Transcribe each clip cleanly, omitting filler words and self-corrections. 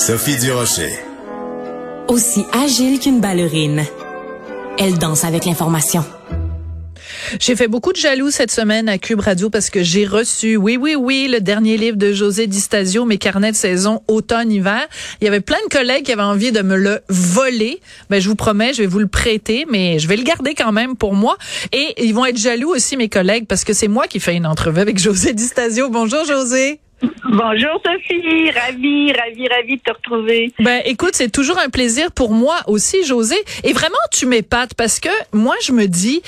Sophie Durocher. Aussi agile qu'une ballerine, elle danse avec l'information. J'ai fait beaucoup de jaloux cette semaine à Cube Radio parce que j'ai reçu, oui, le dernier livre de José Di Stasio, Mes carnets de saison automne-hiver. Il y avait plein de collègues qui avaient envie de me le voler. Ben, je vous promets, je vais vous le prêter, mais je vais le garder quand même pour moi. Et ils vont être jaloux aussi, mes collègues, parce que c'est moi qui fais une entrevue avec José Di Stasio. Bonjour, José. Bonjour Sophie, ravie de te retrouver. Ben écoute, c'est toujours un plaisir pour moi aussi, José. Et vraiment, tu m'épates parce que moi, je me dis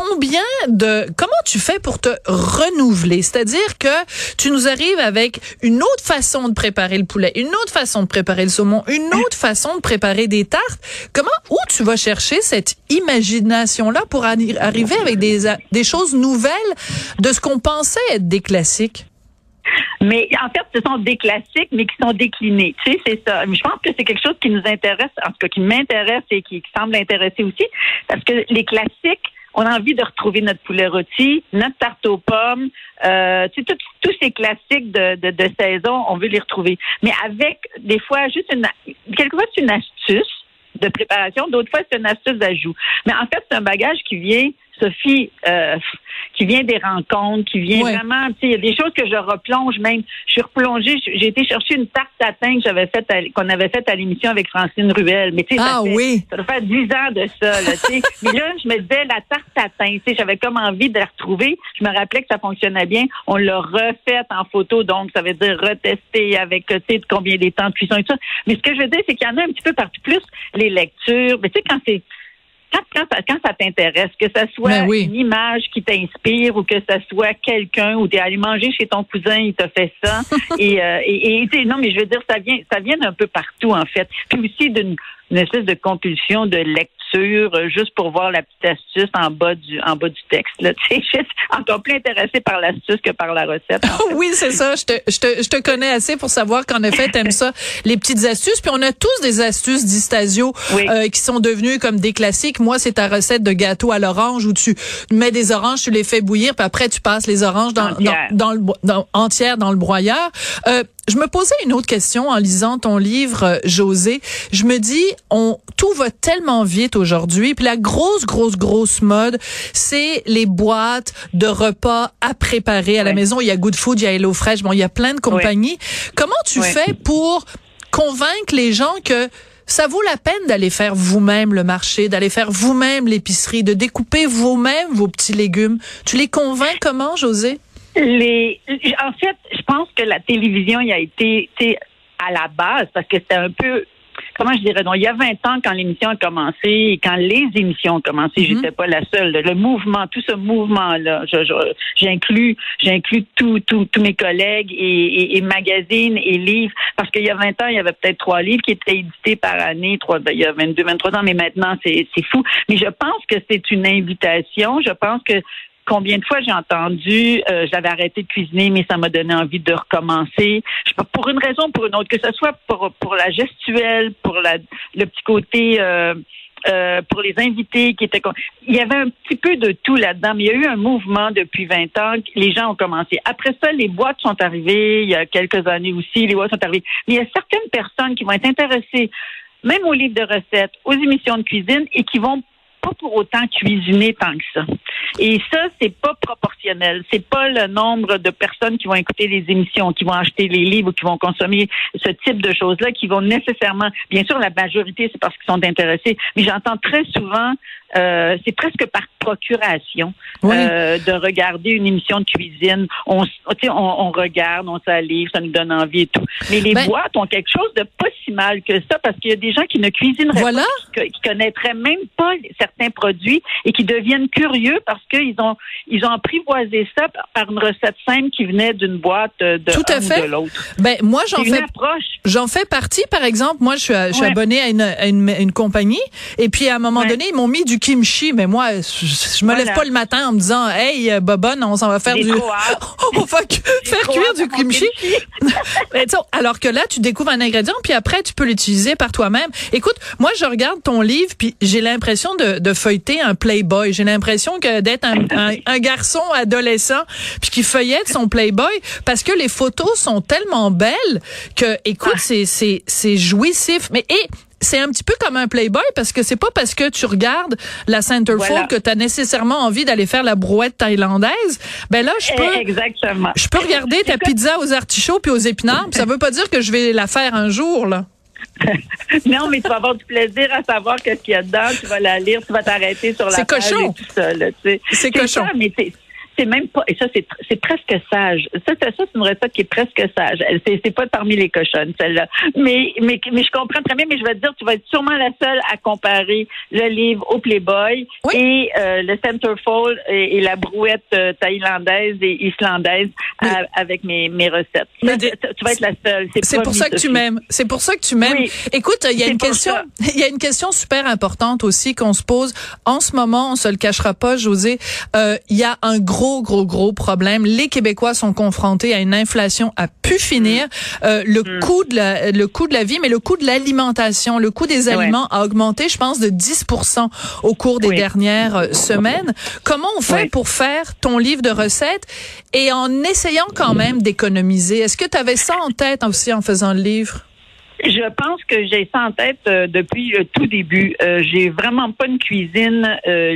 comment tu fais pour te renouveler? C'est-à-dire que tu nous arrives avec une autre façon de préparer le poulet, une autre façon de préparer le saumon, une autre façon de préparer des tartes. Où tu vas chercher cette imagination-là pour arriver avec des choses nouvelles de ce qu'on pensait être des classiques? Mais en fait, ce sont des classiques, mais qui sont déclinés. Tu sais, c'est ça. Je pense que c'est quelque chose qui nous intéresse, en tout cas qui m'intéresse et qui semble intéresser aussi, parce que les classiques, on a envie de retrouver notre poulet rôti, notre tarte aux pommes, tu sais, tous ces classiques de saison, on veut les retrouver. Mais avec, des fois, quelquefois, c'est une astuce de préparation, d'autres fois, c'est une astuce d'ajout. Mais en fait, c'est un bagage qui vient, Sophie, qui vient des rencontres, qui vient vraiment, tu sais, il y a des choses que je replonge même. Je suis replongée, j'ai été chercher une tarte tatin qu'on avait faite à l'émission avec Francine Ruel. Mais tu sais, ça doit faire 10 ans de ça, là, tu sais. Mais là, je me disais, la tarte tatin, tu sais, j'avais comme envie de la retrouver. Je me rappelais que ça fonctionnait bien. On l'a refaite en photo, donc ça veut dire retester avec, tu sais, combien des temps de cuisson et tout ça. Mais ce que je veux dire, c'est qu'il y en a un petit peu partout, plus les lectures. Mais tu sais, quand ça t'intéresse, que ça soit une image qui t'inspire ou que ça soit quelqu'un ou t'es allé manger chez ton cousin, il t'a fait ça. et non, mais je veux dire, ça vient d'un peu partout, en fait. Puis aussi d'une espèce de compulsion de lecture, juste pour voir la petite astuce en bas du texte, là. Tu sais, je suis encore plus intéressée par l'astuce que par la recette. Oui, c'est ça. Je te connais assez pour savoir qu'en effet, t'aimes ça, les petites astuces. Puis on a tous des astuces Di Stasio qui sont devenues comme des classiques. Moi, c'est ta recette de gâteau à l'orange où tu mets des oranges, tu les fais bouillir, puis après tu passes les oranges entières dans le broyeur. Je me posais une autre question en lisant ton livre, José. Je me dis, tout va tellement vite aujourd'hui. Puis la grosse mode, c'est les boîtes de repas à préparer à la maison. Il y a Good Food, il y a HelloFresh, bon, il y a plein de compagnies. Comment tu fais pour convaincre les gens que ça vaut la peine d'aller faire vous-même le marché, d'aller faire vous-même l'épicerie, de découper vous-même vos petits légumes? Tu les convaincs comment, José? En fait, je pense que la télévision y a été à la base parce que c'était un peu, comment je dirais, donc il y a 20 ans quand l'émission a commencé et quand les émissions ont commencé, j'étais pas la seule. Le mouvement, tout ce mouvement-là, j'inclus tous mes collègues et magazines et livres parce qu'il y a 20 ans, il y avait peut-être 3 livres qui étaient édités par année, il y a 22, 23 ans, mais maintenant c'est fou. Mais je pense que c'est une invitation. Je pense que combien de fois j'ai entendu, j'avais arrêté de cuisiner, mais ça m'a donné envie de recommencer. Pour une raison ou pour une autre, que ce soit pour la gestuelle, pour le petit côté, pour les invités qui étaient... Il y avait un petit peu de tout là-dedans, mais il y a eu un mouvement depuis 20 ans. Les gens ont commencé. Après ça, les boîtes sont arrivées. Il y a quelques années aussi, les boîtes sont arrivées. Mais il y a certaines personnes qui vont être intéressées, même aux livres de recettes, aux émissions de cuisine, et qui vont pas pour autant cuisiner tant que ça. Et ça, c'est pas proportionnel. C'est pas le nombre de personnes qui vont écouter les émissions, qui vont acheter les livres, qui vont consommer ce type de choses-là, qui vont nécessairement, bien sûr, la majorité, c'est parce qu'ils sont intéressés, mais j'entends très souvent, c'est presque par procuration, de regarder une émission de cuisine. On regarde, on salive, ça nous donne envie et tout. Mais les boîtes ont quelque chose de pas si mal que ça, parce qu'il y a des gens qui ne cuisineraient pas, qui connaîtraient même pas certains produits et qui deviennent curieux parce qu'ils ont apprivoisé ça par une recette simple qui venait d'une boîte de de l'autre. Ben moi j'en fais partie. Par exemple, moi je suis abonnée à une compagnie et puis à un moment donné ils m'ont mis du kimchi, mais moi je me lève pas le matin en me disant hey Bobonne, on s'en va faire on va faire cuire du kimchi. Alors que là tu découvres un ingrédient puis après tu peux l'utiliser par toi-même. Écoute, moi je regarde ton livre puis j'ai l'impression de de feuilleter un Playboy. J'ai l'impression que d'être un garçon adolescent puis qui feuillette son Playboy parce que les photos sont tellement belles que, écoute, c'est jouissif. Mais c'est un petit peu comme un Playboy parce que c'est pas parce que tu regardes la Centerfold que tu as nécessairement envie d'aller faire la brouette thaïlandaise. Ben là, je peux regarder ta pizza aux artichauts puis aux épinards. Puis ça veut pas dire que je vais la faire un jour, là. Non, mais tu vas avoir du plaisir à savoir qu'est-ce qu'il y a dedans. Tu vas la lire, tu vas t'arrêter sur la page et tout ça. Là, c'est cochon. Ça, mais c'est même pas, et ça, c'est presque sage. Ça, c'est une recette qui est presque sage. C'est pas parmi les cochonnes, celle-là. Mais je comprends très bien, mais je vais te dire, tu vas être sûrement la seule à comparer le livre au Playboy et le Centerfold et la brouette thaïlandaise et islandaise avec mes recettes. Tu vas être la seule. C'est pour ça que tu m'aimes. C'est pour ça que tu m'aimes. Oui, écoute, il y a une question super importante aussi qu'on se pose en ce moment, on se le cachera pas, José. Il y a un gros problème. Les Québécois sont confrontés à une inflation à pu finir. Le coût de la vie, mais le coût de l'alimentation, le coût des aliments a augmenté, je pense, de 10% au cours des dernières semaines. Comment on fait pour faire ton livre de recettes et en essayant quand même d'économiser? Est-ce que tu avais ça en tête aussi en faisant le livre? Je pense que j'ai ça en tête depuis le tout début. J'ai vraiment pas une cuisine,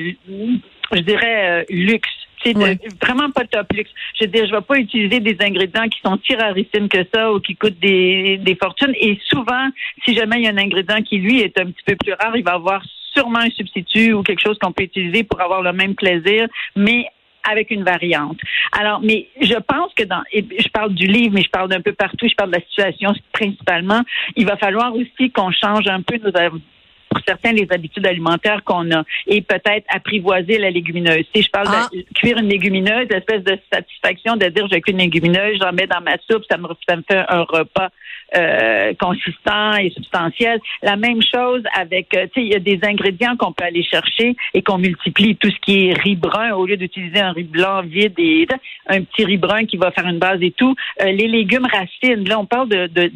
je dirais, luxe. C'est vraiment pas top luxe. Je veux dire, je vais pas utiliser des ingrédients qui sont si rarissimes que ça ou qui coûtent des fortunes. Et souvent, si jamais il y a un ingrédient qui, lui, est un petit peu plus rare, il va avoir sûrement un substitut ou quelque chose qu'on peut utiliser pour avoir le même plaisir, mais avec une variante. Alors, mais je pense que je parle du livre, mais je parle d'un peu partout, je parle de la situation principalement, il va falloir aussi qu'on change un peu pour certains, les habitudes alimentaires qu'on a et peut-être apprivoiser la légumineuse. Si je parle de cuire une légumineuse, l'espèce de satisfaction de dire j'ai qu'une légumineuse, j'en mets dans ma soupe, ça me fait un repas consistant et substantiel. La même chose avec, tu sais, il y a des ingrédients qu'on peut aller chercher et qu'on multiplie. Tout ce qui est riz brun, au lieu d'utiliser un riz blanc vide et un petit riz brun qui va faire une base et tout. Les légumes racines, là, on parle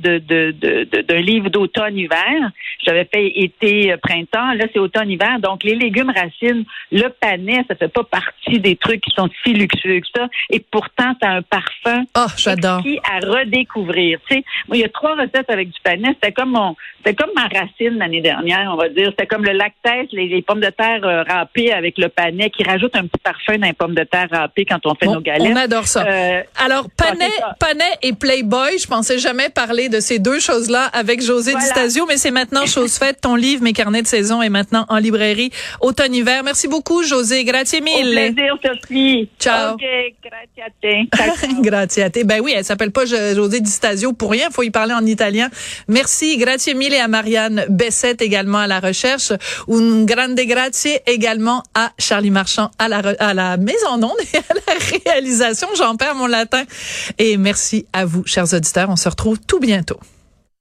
d'un livre d'automne-hiver. J'avais fait été printemps, là c'est automne-hiver. Donc les légumes racines, le panais, ça fait pas partie des trucs qui sont si luxueux que ça. Et pourtant, ça a un parfum j'adore. À redécouvrir. Tu sais, moi, il y a 3 recettes avec du panais. C'était comme ma racine l'année dernière, on va dire. C'était comme le lactès, les pommes de terre râpées avec le panais qui rajoute un petit parfum dans les pommes de terre râpées quand on fait nos galettes. On adore ça. Alors, panais et Playboy, je pensais jamais parler de ces deux choses-là avec José Di Stasio, mais c'est maintenant chose faite. Ton livre, Mes carnets de saison, est maintenant en librairie automne-hiver. Merci beaucoup, José. Grazie mille. Au plaisir, Sophie. Ciao. OK, grazie a te. Grazie a te. Ben oui, elle s'appelle pas José Di Stasio pour rien. Faut y parler en italien. Merci. Grazie mille à Marianne Bessette également à la recherche. Un grande grazie également à Charlie Marchand à la mise en onde et à la réalisation. J'en perds mon latin. Et merci à vous, chers auditeurs. On se retrouve tout bientôt.